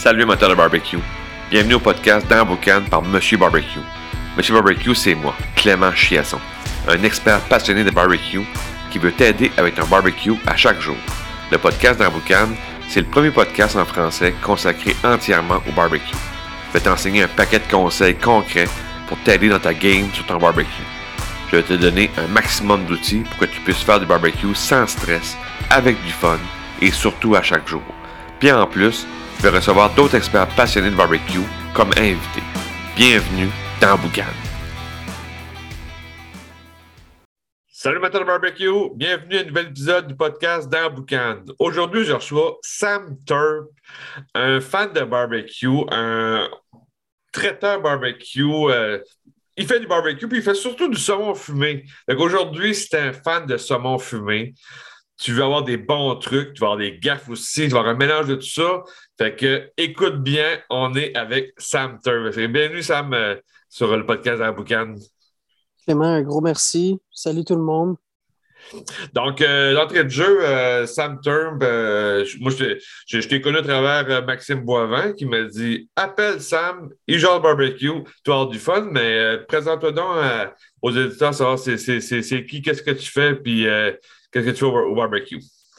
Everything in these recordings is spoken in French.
Salut amateurs de barbecue. Bienvenue au podcast Dans la Boucane par Monsieur Barbecue. Monsieur Barbecue, c'est moi, Clément Chiasson, un expert passionné de barbecue qui veut t'aider avec ton barbecue à chaque jour. Le podcast Dans la Boucane, c'est le premier podcast en français consacré entièrement au barbecue. Je vais t'enseigner un paquet de conseils concrets pour t'aider dans ta game sur ton barbecue. Je vais te donner un maximum d'outils pour que tu puisses faire du barbecue sans stress, avec du fun et surtout à chaque jour. Puis en plus, je vais recevoir d'autres experts passionnés de barbecue comme invités. Bienvenue dans Boucane. Salut amateurs de barbecue, bienvenue à un nouvel épisode du podcast dans Boucane. Aujourd'hui, je reçois Sam Turp, un fan de barbecue, un traiteur barbecue. Il fait du barbecue, puis il fait surtout du saumon fumé. Donc aujourd'hui, si tu es un fan de saumon fumé, tu veux avoir des bons trucs, tu vas avoir des gaffes aussi, tu vas avoir un mélange de tout ça. Fait que, écoute bien, on est avec Sam Turp. Bienvenue, Sam, sur le podcast dans la Boucane. Clément, un gros merci. Salut tout le monde. Donc, l'entrée de jeu, Sam Turp, moi, je t'ai connu à travers Maxime Boivin qui m'a dit « Appelle Sam, il joue au barbecue, tu vas avoir du fun, mais présente-toi donc aux éditeurs, savoir c'est qui, qu'est-ce que tu fais, puis qu'est-ce que tu fais au barbecue. »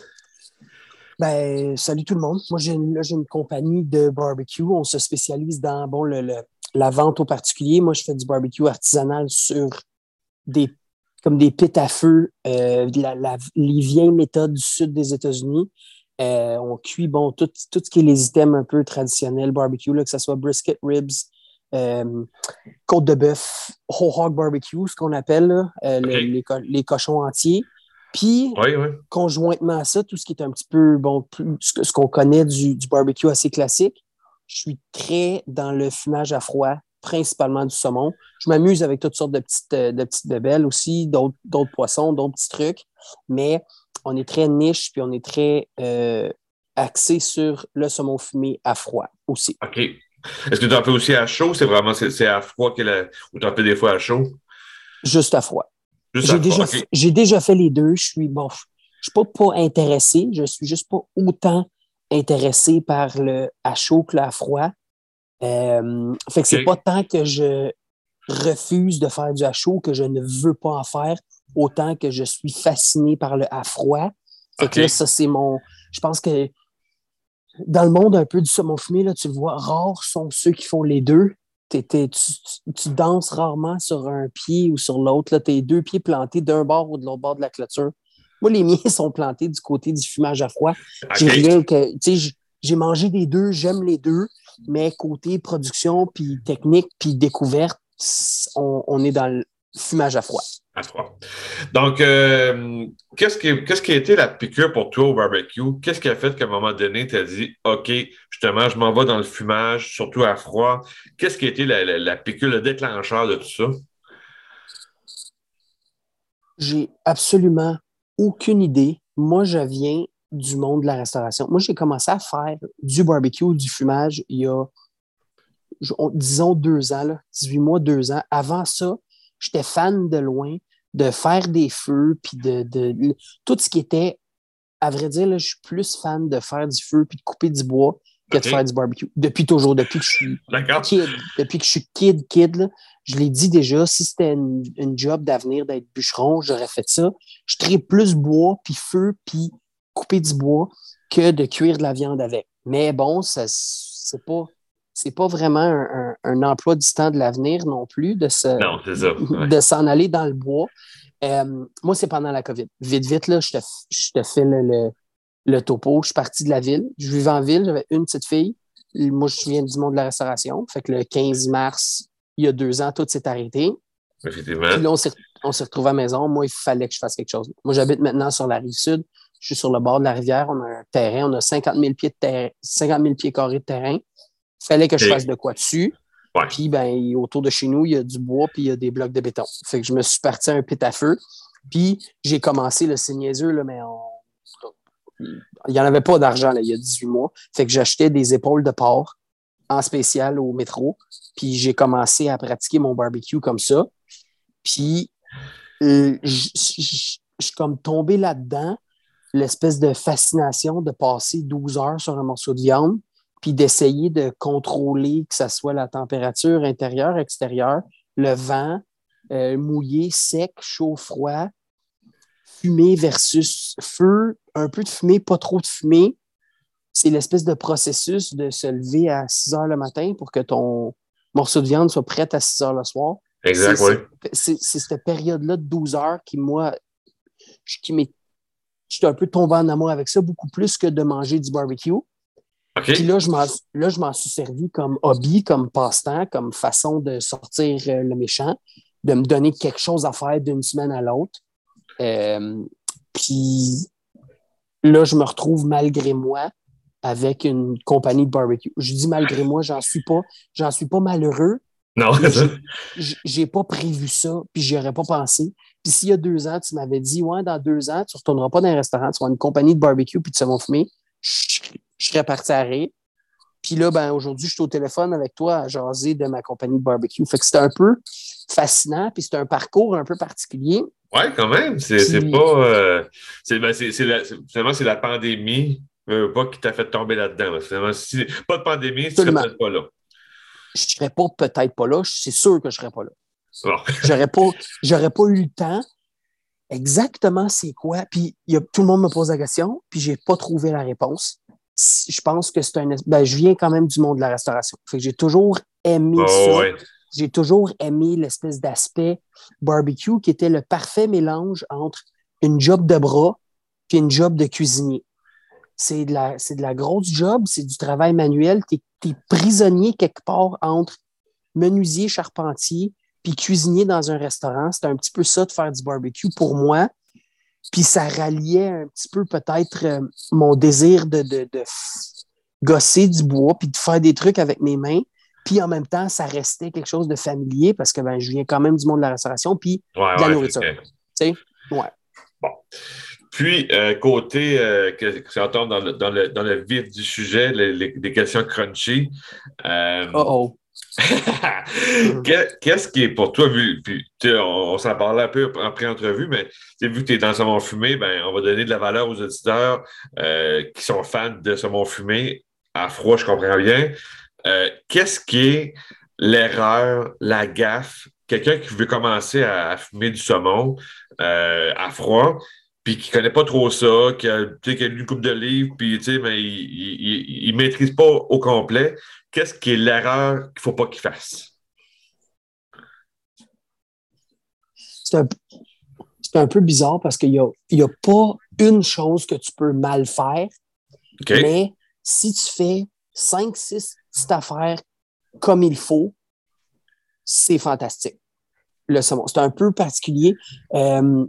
Ben, salut tout le monde. Moi, j'ai une compagnie de barbecue. On se spécialise dans la vente aux particuliers. Moi, je fais du barbecue artisanal sur comme des pits à feu, les vieilles méthodes du sud des États-Unis. On cuit tout ce qui est les items un peu traditionnels barbecue, là, que ce soit brisket, ribs, côte de bœuf, whole hog barbecue, ce qu'on appelle là, Okay. les cochons entiers. Puis, Oui. conjointement à ça, tout ce qui est un petit peu, ce qu'on connaît du barbecue assez classique, je suis très dans le fumage à froid, principalement du saumon. Je m'amuse avec toutes sortes de petites bébelles aussi, d'autres poissons, d'autres petits trucs, mais on est très niche, puis on est très axé sur le saumon fumé à froid aussi. OK. Est-ce que tu en fais aussi à chaud? C'est à froid ou tu en fais des fois à chaud? Juste à froid. Juste à froid, OK. J'ai déjà fait les deux. Je suis pas intéressé. Je suis juste pas autant intéressé par le à chaud que le à froid. Fait que c'est OK. pas tant que je refuse de faire du à chaud que je ne veux pas en faire, autant que je suis fasciné par le à froid. Fait que là, OK. ça, c'est mon. Je pense que dans le monde un peu du saumon fumé, là, tu le vois, rares sont ceux qui font les deux. Tu danses rarement sur un pied ou sur l'autre. Tu as deux pieds plantés d'un bord ou de l'autre bord de la clôture. Moi, les miens sont plantés du côté du fumage à froid. J'ai OK. rien que. J'ai mangé des deux, j'aime les deux, mais côté production, puis technique, puis découverte, on est dans le fumage à froid. À froid. Donc, qu'est-ce qui a été la piqûre pour toi au barbecue? Qu'est-ce qui a fait qu'à un moment donné, tu as dit, OK, justement, je m'en vais dans le fumage, surtout à froid. Qu'est-ce qui a été la piqûre, le déclencheur de tout ça? J'ai absolument aucune idée. Moi, je viens du monde de la restauration. Moi, j'ai commencé à faire du barbecue, du fumage il y a, disons, 2 ans, là, 18 mois, 2 ans. Avant ça, j'étais fan de loin de faire des feux, puis tout ce qui était, à vrai dire, là, je suis plus fan de faire du feu puis de couper du bois que de OK. faire du barbecue. Depuis toujours, depuis que je suis D'accord. kid, là, je l'ai dit déjà, si c'était une job d'avenir d'être bûcheron, j'aurais fait ça. Je tripe plus bois, puis feu, puis couper du bois que de cuire de la viande avec. Mais bon, c'est pas vraiment un emploi du temps de l'avenir non plus Non, c'est ça. Ouais. de s'en aller dans le bois. Moi, c'est pendant la COVID. Vite, là, je te fais le topo. Je suis parti de la ville. Je vivais en ville, j'avais une petite fille. Moi, je viens du monde de la restauration. Fait que le 15 mars, il y a 2 ans, tout s'est arrêté. Puis Effectivement. là, on s'est retrouvé à la maison. Moi, il fallait que je fasse quelque chose. Moi, j'habite maintenant sur la rive sud. Je suis sur le bord de la rivière. On a un terrain. On a 50 000 pieds de terrain, 50 000 pieds carrés de terrain. Il fallait que je fasse OK. de quoi dessus. Ouais. Puis, ben, autour de chez nous, il y a du bois puis il y a des blocs de béton. Fait que je me suis parti à un pit à feu. Puis, j'ai commencé, c'est niaiseux, là, mais il n'y en avait pas d'argent là, il y a 18 mois. Fait que j'achetais des épaules de porc en spécial au métro. Puis, j'ai commencé à pratiquer mon barbecue comme ça. Puis, je suis comme tombé là-dedans, l'espèce de fascination de passer 12 heures sur un morceau de viande, puis d'essayer de contrôler que ce soit la température intérieure, extérieure, le vent, mouillé, sec, chaud, froid, fumée versus feu, un peu de fumée, pas trop de fumée. C'est l'espèce de processus de se lever à 6 heures le matin pour que ton morceau de viande soit prêt à 6 heures le soir. Exact, oui. C'est cette période-là de 12 heures qui, moi, je suis un peu tombé en amour avec ça, beaucoup plus que de manger du barbecue. OK. Puis là, je m'en suis servi comme hobby, comme passe-temps, comme façon de sortir le méchant, de me donner quelque chose à faire d'une semaine à l'autre. Puis là, je me retrouve malgré moi avec une compagnie de barbecue. Je dis malgré moi, j'en suis pas malheureux. Non, Mais c'est ça. j'ai pas prévu ça, puis j'y aurais pas pensé. Puis s'il y a 2 ans, tu m'avais dit, ouais, dans 2 ans, tu retourneras pas dans un restaurant, tu vas une compagnie de barbecue puis de saumon fumé, je serais parti à rire. Puis là, ben, aujourd'hui, je suis au téléphone avec toi à jaser de ma compagnie de barbecue. Fait que c'était un peu fascinant, puis c'est un parcours un peu particulier. Ouais, quand même. C'est Puis, pas. Finalement, c'est la pandémie pas qui t'a fait tomber là-dedans. Là. Finalement, si pas de pandémie, tu serais absolument, peut-être pas là. je serais pas peut-être pas là, c'est sûr que je serais pas là. Bon. J'aurais pas, j'aurais pas eu le temps exactement c'est quoi. Puis tout le monde me pose la question, puis j'ai pas trouvé la réponse. Je pense que je viens quand même du monde de la restauration. Fait que j'ai toujours aimé Oh, ça. ouais. J'ai toujours aimé l'espèce d'aspect barbecue qui était le parfait mélange entre une job de bras puis une job de cuisinier. C'est de la grosse job, c'est du travail manuel. Tu es prisonnier quelque part entre menuisier, charpentier, puis cuisinier dans un restaurant. C'était un petit peu ça de faire du barbecue pour moi. Puis ça ralliait un petit peu peut-être mon désir de gosser du bois puis de faire des trucs avec mes mains. Puis en même temps, ça restait quelque chose de familier parce que ben, je viens quand même du monde de la restauration puis Ouais, de la ouais, nourriture. Tu sais? Ouais. bon. Puis, côté, que ça tombe dans le vif du sujet, des questions crunchy. Oh oh. Qu'est-ce qui est pour toi, puis on s'en parlait un peu en pré-entrevue, mais vu que tu es dans Saumon Fumé, ben, on va donner de la valeur aux auditeurs qui sont fans de Saumon Fumé. À froid, je comprends bien. Qu'est-ce qui est l'erreur, la gaffe, quelqu'un qui veut commencer à fumer du saumon à froid, puis qui connaît pas trop ça, qui a lu une coupe de livres, puis mais il maîtrise pas au complet. Qu'est-ce qui est l'erreur qu'il faut pas qu'il fasse? C'est un, c'est un peu bizarre parce il y a pas une chose que tu peux mal faire, OK? mais si tu fais 5, 6 petites affaires comme il faut, c'est fantastique. Le saumon. C'est un peu particulier. Euh,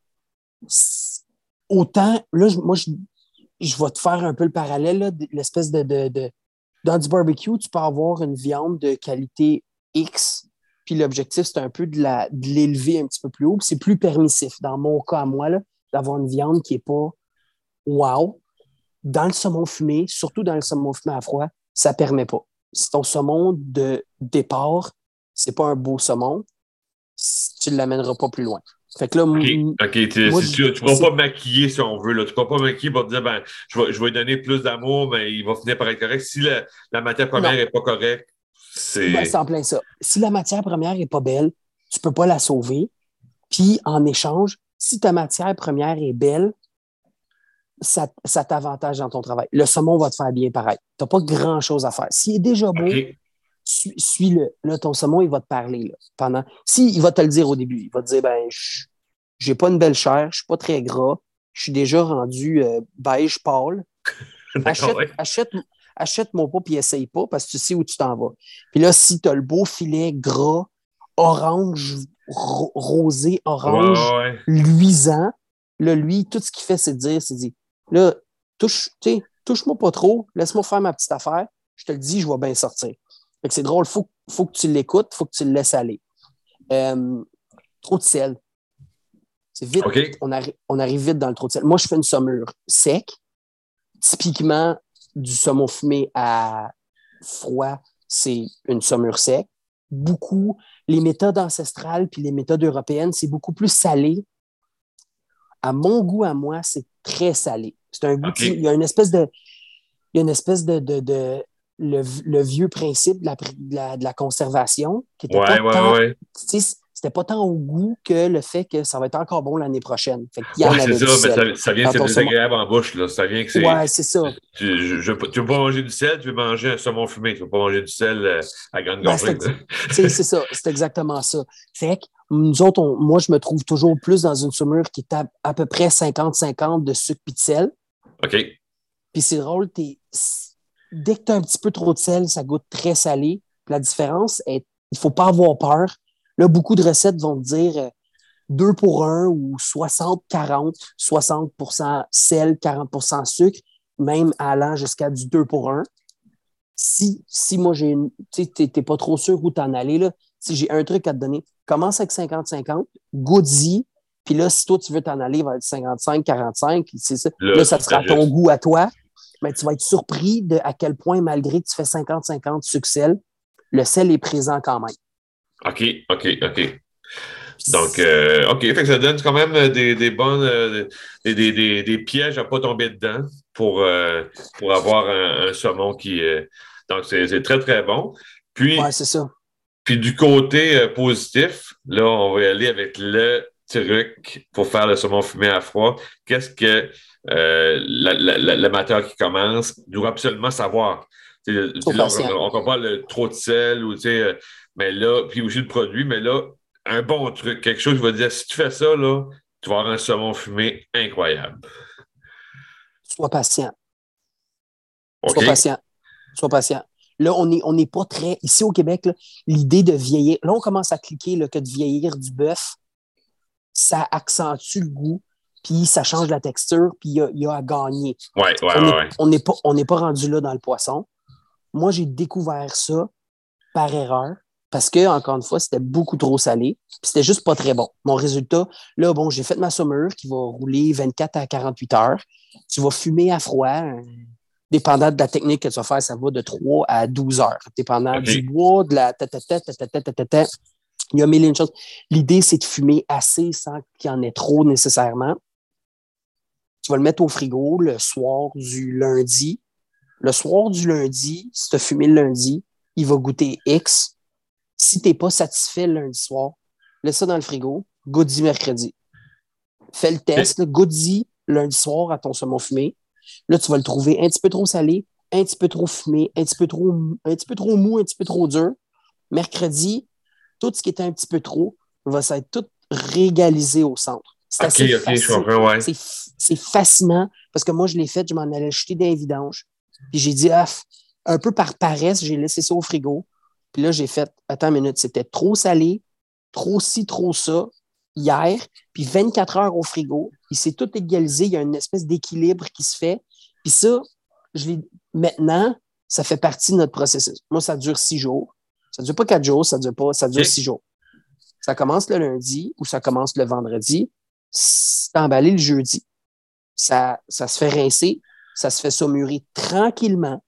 Autant, là, je vais te faire un peu le parallèle, là, l'espèce dans du barbecue, tu peux avoir une viande de qualité X, puis l'objectif, c'est un peu de l'élever un petit peu plus haut, puis c'est plus permissif. Dans mon cas à moi, là, d'avoir une viande qui n'est pas wow. Dans le saumon fumé, surtout dans le saumon fumé à froid, ça ne permet pas. Si ton saumon de départ, c'est pas un beau saumon, tu ne l'amèneras pas plus loin. Fait que là, OK. OK. moi, Tu ne vas pas maquiller si on veut. Là. Tu ne vas pas maquiller pour te dire ben, je vais lui donner plus d'amour, mais il va finir par être correct. Si la matière première non, n'est pas correcte, ben, c'est. c'est en plein ça. Si la matière première n'est pas belle, tu ne peux pas la sauver. Puis, en échange, si ta matière première est belle, ça t'avantage dans ton travail. Le saumon va te faire bien pareil. Tu n'as pas grand-chose à faire. S'il est déjà beau, OK. suis-le. Là, ton saumon, il va te parler. Là, il va te le dire au début. Il va te dire, ben, j'ai pas une belle chair, je suis pas très gras, je suis déjà rendu beige pâle. D'accord, Achète, ouais. achète, achète-moi pas puis essaye pas parce que tu sais où tu t'en vas. Puis là, si tu as le beau filet gras, orange, rosé, Ouais, ouais, orange, ouais. luisant, là, lui, tout ce qu'il fait, c'est dire, là, touche-moi pas trop, laisse-moi faire ma petite affaire, je te le dis, je vais bien sortir. Fait que c'est drôle, faut que tu l'écoutes, faut que tu le laisses aller. Trop de sel. C'est vite, OK. on arrive vite dans le trop de sel. Moi, je fais une saumure sec, typiquement du saumon fumé à froid, c'est une saumure sec. Les méthodes ancestrales puis les méthodes européennes, c'est beaucoup plus salé. À mon goût, à moi, c'est très salé. C'est un goût, il OK. y a une espèce de le vieux principe de la conservation, qui était pas tant, Ouais. tu sais, c'était pas tant au goût que le fait que ça va être encore bon l'année prochaine. Fait qu'il y en Ouais, c'est avait ça, du mais sel ça vient que dans c'est ton saumon. désagréable en bouche, là. Ça vient que c'est. Ouais, c'est ça. Tu veux pas manger du sel, tu veux manger un saumon fumé. Tu veux pas manger du sel à grande Ben, gorgée, là. c'est ça, c'est exactement ça. Fait que nous autres, moi, je me trouve toujours plus dans une saumure qui est à peu près 50-50 de sucre et de sel. OK. Puis c'est drôle, dès que tu as un petit peu trop de sel, ça goûte très salé. Puis la différence est, il ne faut pas avoir peur. Là, beaucoup de recettes vont te dire 2 pour 1 ou 60-40, 60% sel, 40% sucre, même allant jusqu'à du 2 pour 1. Si moi, tu sais, t'es pas trop sûr où t'en aller, là. Si j'ai un truc à te donner, commence avec 50-50, goûte-y, puis là, si toi, tu veux t'en aller vers 55-45, c'est ça. Là, Là, tu ça sera à ton t'ajustes. goût à toi, mais tu vas être surpris de à quel point, malgré que tu fais 50-50 sucre-sel, le sel est présent quand même. OK. Donc, OK. Fait que ça donne quand même des bonnes, des pièges à pas tomber dedans pour, euh, pour avoir un saumon qui. Donc, c'est très, très bon. Ouais, Puis, c'est ça. Puis du côté positif, là, on va y aller avec le truc pour faire le saumon fumé à froid. Qu'est-ce que l'amateur qui commence doit absolument savoir? Sois Là, patient. on comprend le trop de sel, ou, mais là, puis aussi le produit, mais là, un bon truc, quelque chose qui va dire, si tu fais ça, là, tu vas avoir un saumon fumé incroyable. Sois patient. Sois OK? patient. Sois patient. Là, on n'est pas très. Ici au Québec, là, l'idée de vieillir. Là, on commence à cliquer là, que de vieillir du bœuf, ça accentue le goût, puis ça change la texture, puis il y a à gagner. Ouais. On n'est pas rendu là dans le poisson. Moi, j'ai découvert ça par erreur parce que, encore une fois, c'était beaucoup trop salé, puis c'était juste pas très bon. Mon résultat, là, bon, j'ai fait ma saumure qui va rouler 24 à 48 heures. Tu vas fumer à froid. Dépendant de la technique que tu vas faire, ça va de 3 à 12 heures. Dépendant du OK. bois, de la il y a mille et une choses. L'idée, c'est de fumer assez sans qu'il y en ait trop nécessairement. Tu vas le mettre au frigo le soir du lundi. Le soir du lundi, si tu as fumé le lundi, il va goûter X. Si tu n'es pas satisfait le lundi soir, laisse ça dans le frigo, goûte-y mercredi. Fais le OK. test, goûte-y lundi soir à ton saumon fumé. Là, tu vas le trouver un petit peu trop salé, un petit peu trop fumé, un petit peu trop mou, un petit peu trop dur. Mercredi, tout ce qui était un petit peu trop va s'être tout régalisé au centre. C'est OK, assez je facile. comprends, ouais. C'est fascinant parce que moi, je l'ai fait, je m'en allais jeter des vidanges. Puis j'ai dit, ah, un peu par paresse, j'ai laissé ça au frigo. Puis là, j'ai fait, attends une minute, c'était trop salé, trop ci, trop ça, hier. Puis 24 heures au frigo, il s'est tout égalisé. Il y a une espèce d'équilibre qui se fait. Puis ça, maintenant, ça fait partie de notre processus. Moi, ça dure 6 jours. Ça ne dure pas 4 jours, ça dure OK. 6 jours. Ça commence le lundi ou ça commence le vendredi. C'est emballé le jeudi. Ça se fait rincer, ça se fait saumurer tranquillement.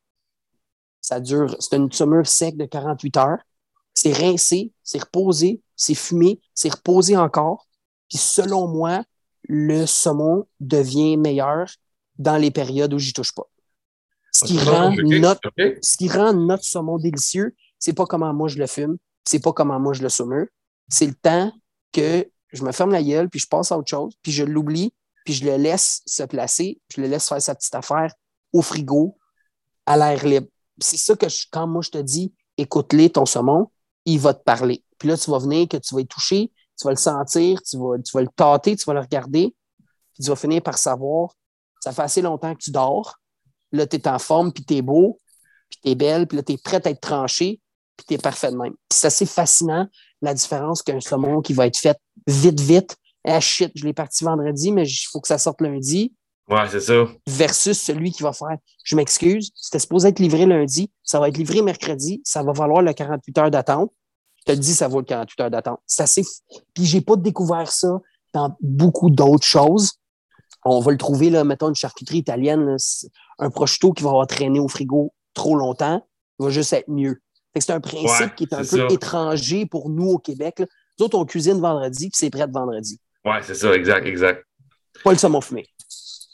C'est une saumure sec de 48 heures. C'est rincé, c'est reposé, c'est fumé, c'est reposé encore. Puis selon moi, le saumon devient meilleur dans les périodes où j'y touche pas. Ce qui rend notre, OK. ce qui rend notre saumon délicieux, c'est pas comment moi je le fume, c'est pas comment moi je le saumure, c'est le temps que je me ferme la gueule, puis je passe à autre chose, puis je l'oublie, puis je le laisse se placer, je le laisse faire sa petite affaire au frigo, à l'air libre. C'est ça que quand moi je te dis, écoute-les, ton saumon, il va te parler. Puis là, tu vas venir, que tu vas y toucher, tu vas le sentir, tu vas le tâter, tu vas le regarder, puis tu vas finir par savoir, ça fait assez longtemps que tu dors, là, tu es en forme, puis tu es beau, puis tu es belle, puis là, tu es prête à être tranché, puis tu es parfait de même. Puis c'est assez fascinant, la différence qu'un saumon qui va être fait vite. Ah shit, je l'ai parti vendredi, mais il faut que ça sorte lundi. Ouais, c'est ça. Versus celui qui va faire, je m'excuse, c'était supposé être livré lundi, ça va être livré mercredi, ça va valoir le 48 heures d'attente. Je te le dis, ça vaut le 48 heures d'attente. C'est assez. Puis j'ai pas découvert ça dans beaucoup d'autres choses. On va le trouver, là, mettons, une charcuterie italienne, là, un prosciutto qui va avoir traîné au frigo trop longtemps, il va juste être mieux. Fait que c'est un Ouais, principe qui est c'est un peu ça. étranger pour nous au Québec. Là. Nous autres, on cuisine vendredi, puis c'est prêt vendredi. Ouais, c'est ça, exact. Pas le saumon fumé.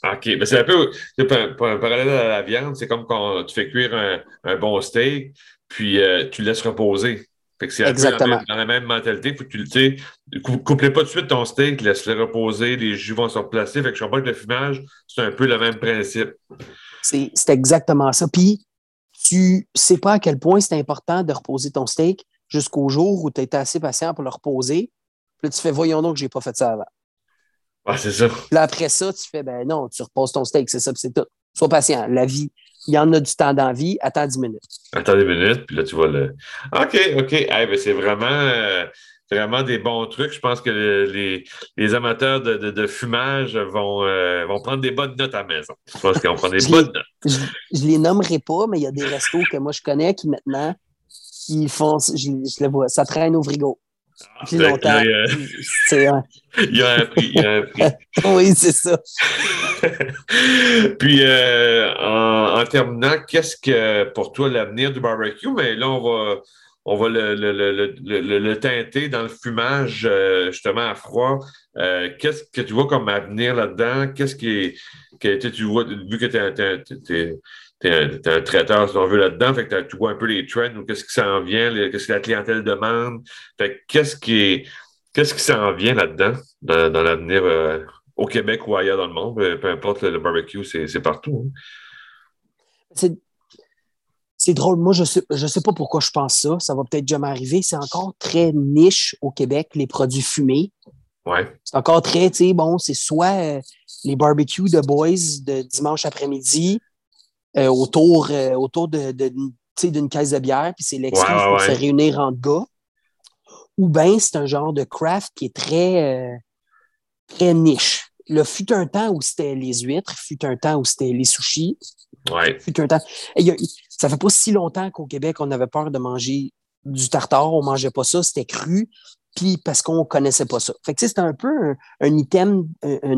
OK. Ben, c'est un parallèle à la viande. C'est comme quand tu fais cuire un bon steak, puis tu le laisses reposer. Fait que c'est un peu Exactement. dans la même mentalité. Faut que tu le tu sais, coupe-le pas tout de suite ton steak, laisse-le reposer, les jus vont se replacer. Fait que je comprends que le fumage, c'est un peu le même principe. C'est exactement ça. Puis, tu sais pas à quel point c'est important de reposer ton steak jusqu'au jour où tu as été assez patient pour le reposer. Puis là, tu fais, voyons donc que j'ai pas fait ça avant. Ah, c'est ça. Puis là, après ça, tu fais, ben non, tu reposes ton steak, c'est ça, puis c'est tout. Sois patient. La vie, il y en a du temps dans la vie, attends 10 minutes. Attends des minutes, puis là, tu vois le. OK, OK. Eh ben, c'est vraiment des bons trucs. Je pense que les amateurs de fumage vont prendre des bonnes notes à la maison. Je pense qu'ils vont prendre des Je bonnes les, notes. je, je les nommerai pas, mais il y a des restos que moi je connais qui maintenant, qui font, je le vois, ça traîne au frigo depuis Fait que là, longtemps. C'est, il y a un prix. Il y a un prix. oui, c'est ça. Puis, en terminant, qu'est-ce que pour toi l'avenir du barbecue? Mais là, on va le teinter dans le fumage, justement à froid. Qu'est-ce que tu vois comme avenir là-dedans? Tu vois, vu que t'es un traiteur, si on veut, là-dedans, fait que tu vois un peu les trends ou qu'est-ce qui s'en vient, qu'est-ce que la clientèle demande. Fait que qu'est-ce qui s'en vient là-dedans, dans l'avenir, au Québec ou ailleurs dans le monde, peu importe, le barbecue, c'est partout. Hein. C'est, c'est drôle. Moi, je sais pas pourquoi je pense ça. Ça va peut-être jamais arriver. C'est encore très niche au Québec, les produits fumés. Ouais. C'est encore très, tu sais, bon, c'est soit les barbecues de boys de dimanche après-midi autour tu sais, d'une caisse de bière, puis c'est Ouais, l'excuse ouais, pour se ouais. réunir entre gars. Ou bien c'est un genre de craft qui est très niche. Là, fut un temps où c'était les huîtres, fut un temps où c'était les sushis, Ouais. fut un temps. Et ça fait pas si longtemps qu'au Québec, on avait peur de manger du tartare, on mangeait pas ça, c'était cru, puis parce qu'on connaissait pas ça. Fait que, tu sais, c'était un peu un item,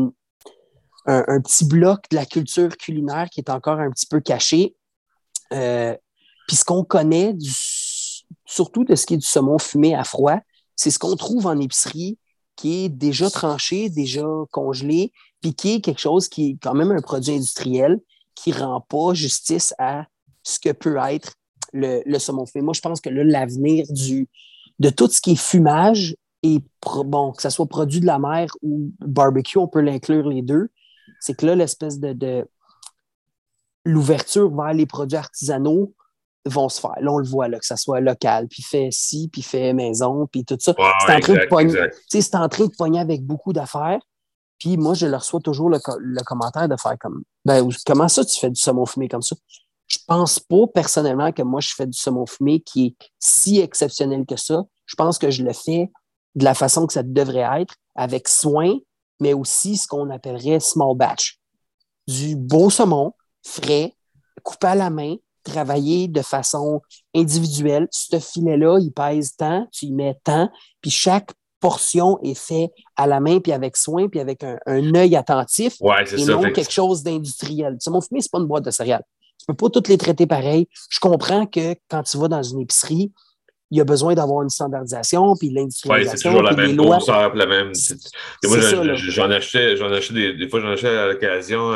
un petit bloc de la culture culinaire qui est encore un petit peu caché. Euh, Puis ce qu'on connaît, surtout de ce qui est du saumon fumé à froid, c'est ce qu'on trouve en épicerie qui est déjà tranché, déjà congelé, puis qui est quelque chose qui est quand même un produit industriel qui ne rend pas justice à ce que peut être le saumon fumé. Moi, je pense que là, l'avenir de tout ce qui est fumage, et bon, que ce soit produit de la mer ou barbecue, on peut l'inclure les deux, c'est que là, l'espèce de l'ouverture vers les produits artisanaux vont se faire. Là, on le voit, là, que ça soit local, puis fait ci, puis fait maison, puis tout ça. Ouais, C'est ouais, en train de exact, pogner, exact. c'est en train de pogner avec beaucoup d'affaires. Puis moi, je leur reçois toujours le commentaire de faire comme, ben, comment ça tu fais du saumon fumé comme ça? Je pense pas personnellement que moi, je fais du saumon fumé qui est si exceptionnel que ça. Je pense que je le fais de la façon que ça devrait être, avec soin, mais aussi ce qu'on appellerait small batch. Du beau saumon, frais, coupé à la main, travaillé de façon individuelle. Ce filet-là, il pèse tant, tu y mets tant, puis chaque portion est faite à la main, puis avec soin, puis avec un œil attentif, Ouais, c'est et ça. non Fait que quelque chose d'industriel. Tu sais, mon fumé, c'est pas une boîte de céréales. Tu peux pas toutes les traiter pareil. Je comprends que quand tu vas dans une épicerie, il y a besoin d'avoir une standardisation, puis ouais, c'est toujours l'industrialisation, la puis les même lois. grosseur, puis la même. Et moi, C'est ça, là. j'en achetais des fois, j'en achetais à l'occasion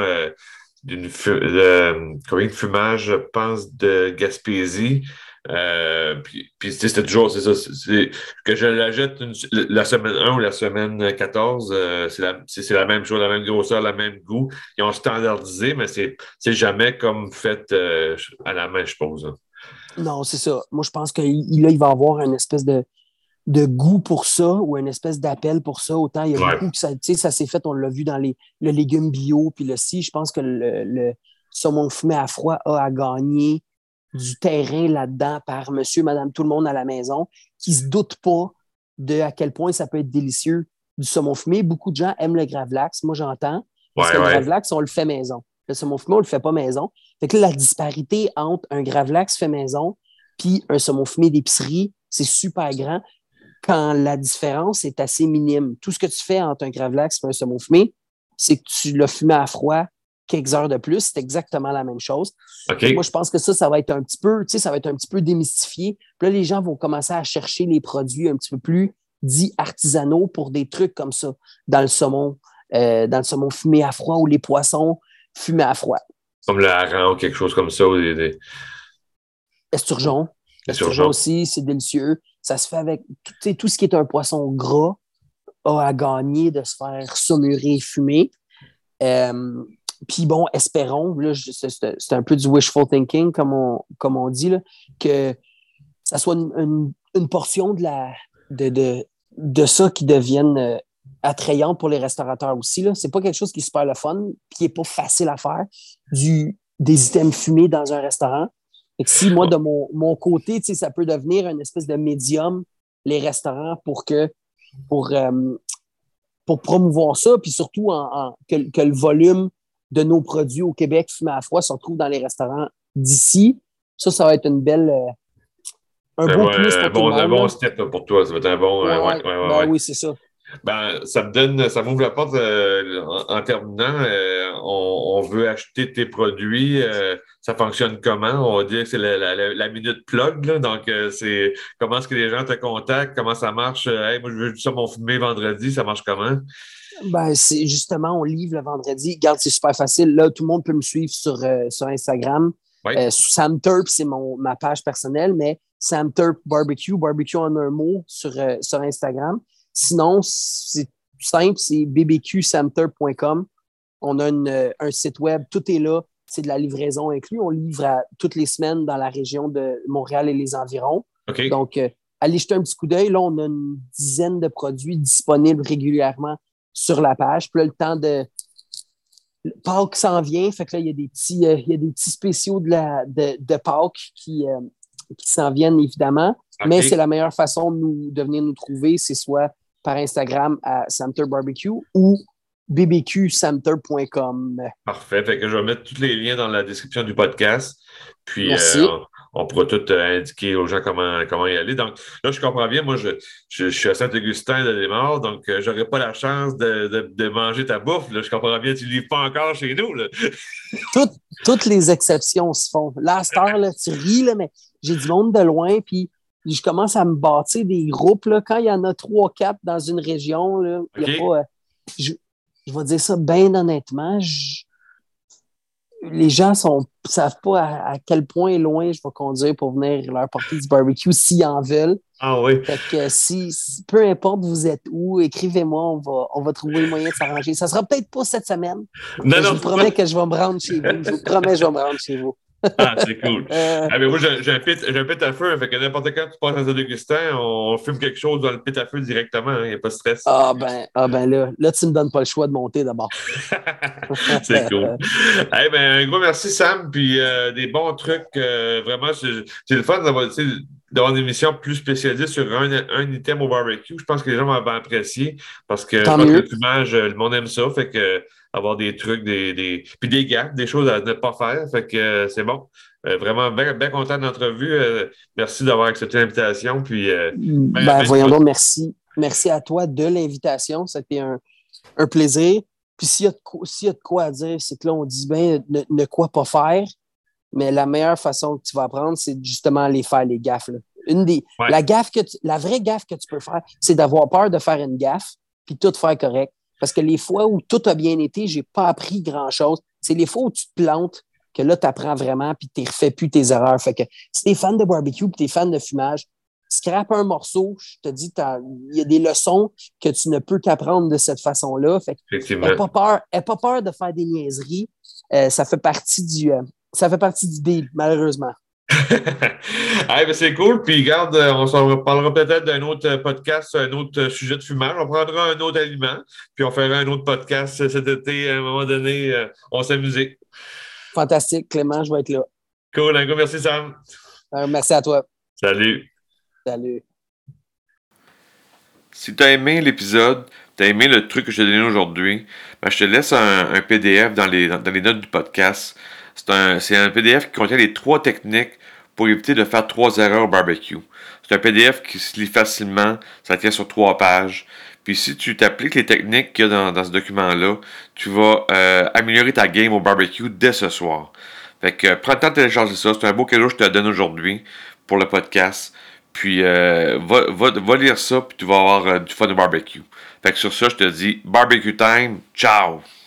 combien de fumage, je pense, de Gaspésie. Puis tu sais, c'était toujours, c'est ça, que je la jette la semaine 1 ou la semaine 14, c'est la même chose, la même grosseur, le même goût. Ils ont standardisé, mais c'est jamais comme fait à la main, je suppose. Hein. Non, c'est ça. Moi, je pense que là, il va avoir une espèce de goût pour ça ou une espèce d'appel pour ça. Autant il y a Ouais. beaucoup que ça, tu sais, ça s'est fait, on l'a vu dans le légume bio, puis le si. Je pense que le saumon fumé à froid a à gagner du terrain là-dedans par monsieur, madame, tout le monde à la maison, qui se doute pas de à quel point ça peut être délicieux du saumon fumé. Beaucoup de gens aiment le gravlax. Moi, j'entends, parce Ouais, que le ouais. gravlax, on le fait maison. Le saumon fumé, on le fait pas maison. Fait que là, la disparité entre un gravlax fait maison puis un saumon fumé d'épicerie, c'est super grand quand la différence est assez minime. Tout ce que tu fais entre un gravlax et un saumon fumé, c'est que tu l'as fumé à froid quelques heures de plus. C'est exactement la même chose. Fait que moi, OK. je pense que ça va être un petit peu, tu sais, ça va être un petit peu démystifié. Puis là, les gens vont commencer à chercher les produits un petit peu plus dits artisanaux pour des trucs comme ça dans le saumon. dans le saumon fumé à froid ou les poissons fumés à froid. Comme le hareng ou quelque chose comme ça. Ou Esturgeon. Esturgeon surgeons. aussi, c'est délicieux. Ça se fait avec tout ce qui est un poisson gras a à gagner de se faire saumurer et fumer. Puis bon, espérons, là, c'est un peu du wishful thinking, comme on dit, là, que ça soit une portion de ça qui devienne attrayante pour les restaurateurs aussi. Là. C'est pas quelque chose qui est super le fun, qui est pas facile à faire, des items fumés dans un restaurant. Et que si moi, de mon côté, ça peut devenir une espèce de médium, les restaurants, pour promouvoir ça, puis surtout que le volume de nos produits au Québec fumés à froid se retrouve dans les restaurants d'ici. Ça va être un beau plus pour tout le monde. Un bon step pour toi. Ça va être un bon. Ouais. Oui, c'est ça. Ça m'ouvre la porte en terminant. On veut acheter tes produits. Ça fonctionne comment? On va dire que c'est la minute plug. Là. Donc, c'est comment est-ce que les gens te contactent? Comment ça marche? Hey, moi, je veux ça mon fumé vendredi. Ça marche comment? C'est justement, on livre le vendredi. Regarde, c'est super facile. Là, tout le monde peut me suivre sur Instagram. Oui. Sam Turp, c'est ma page personnelle, mais Sam Turp Barbecue en un mot sur Instagram. Sinon, c'est simple, c'est bbqsamturp.com. On a un site web, tout est là. C'est de la livraison inclus. On livre toutes les semaines dans la région de Montréal et les environs. Okay. Donc, allez jeter un petit coup d'œil. Là, on a une dizaine de produits disponibles régulièrement sur la page. Puis là, le temps de Pâques s'en vient. Fait que là, il y a des petits spéciaux de Pâques qui s'en viennent, évidemment. Okay. Mais c'est la meilleure façon de venir nous trouver, c'est soit par Instagram à Samturp Barbecue ou bbqsamturp.com. Parfait. Fait que je vais mettre tous les liens dans la description du podcast. Puis, on pourra tout indiquer aux gens comment y aller. Donc, là, je comprends bien. Moi, je suis à Saint-Augustin de Desmaures, donc j'aurais pas la chance de manger ta bouffe. Là. Je comprends bien. Tu ne livres pas encore chez nous. Là. Toutes les exceptions se font. Là, à cette heure, là, tu ris, là, mais j'ai du monde de loin, puis je commence à me bâtir des groupes. Là. Quand il y en a 3-4 dans une région, là, il n'y a pas... je vais dire ça bien honnêtement, les gens ne savent pas à quel point loin je vais conduire pour venir leur porter du barbecue s'ils en veulent. Ah oui. Fait que peu importe vous êtes où, écrivez-moi, on va trouver le moyen de s'arranger. Ça sera peut-être pas cette semaine. Je vous promets que je vais me rendre chez vous. Je vous promets, je vais me rendre chez vous. Ah, c'est cool. Mais moi, j'ai un pit à feu. Fait que n'importe quand tu passes dans Saint-Augustin, on fume quelque chose dans le pit à feu directement. Il n'y a pas de stress. Ah ben là, tu ne me donnes pas le choix de monter d'abord. C'est cool. Un gros merci, Sam. Puis des bons trucs. Vraiment, c'est le fun d'avoir une émission plus spécialisée sur un item au barbecue. Je pense que les gens vont apprécier parce que le fumage, le monde aime ça. Fait que avoir des trucs, puis des gaffes, des choses à ne pas faire. Fait que c'est bon. Vraiment bien content de l'entrevue. Merci d'avoir accepté l'invitation. Puis, voyons donc, merci. Merci à toi de l'invitation. C'était un plaisir. Puis s'il y a de quoi à dire, c'est que là, on dit ne quoi pas faire. Mais la meilleure façon que tu vas apprendre, c'est justement aller faire les gaffes. Là. La vraie gaffe que tu peux faire, c'est d'avoir peur de faire une gaffe puis tout faire correct. Parce que les fois où tout a bien été, j'ai pas appris grand-chose. C'est les fois où tu te plantes que là, tu apprends vraiment puis tu ne refais plus tes erreurs. Fait que si tu es fan de barbecue et tu es fan de fumage, scrape un morceau, je te dis, il y a des leçons que tu ne peux qu'apprendre de cette façon-là. Fait que n'aie pas peur de faire des niaiseries. Ça fait partie du deal, malheureusement. C'est cool. Puis, regarde, on s'en reparlera peut-être d'un autre podcast, un autre sujet de fumage. On prendra un autre aliment, puis on fera un autre podcast cet été. À un moment donné, on s'amusait. Fantastique, Clément, je vais être là. Cool, un gros merci, Sam. Merci à toi. Salut. Salut. Si tu as aimé l'épisode, tu as aimé le truc que je t'ai donné aujourd'hui, je te laisse un PDF dans les notes du podcast. C'est un PDF qui contient les 3 techniques pour éviter de faire 3 erreurs au barbecue. C'est un PDF qui se lit facilement, ça tient sur 3 pages. Puis si tu t'appliques les techniques qu'il y a dans ce document-là, tu vas améliorer ta game au barbecue dès ce soir. Fait que prends le temps de télécharger ça. C'est un beau cadeau que je te donne aujourd'hui pour le podcast. Puis va lire ça, puis tu vas avoir du fun au barbecue. Fait que sur ça, je te dis barbecue time, ciao!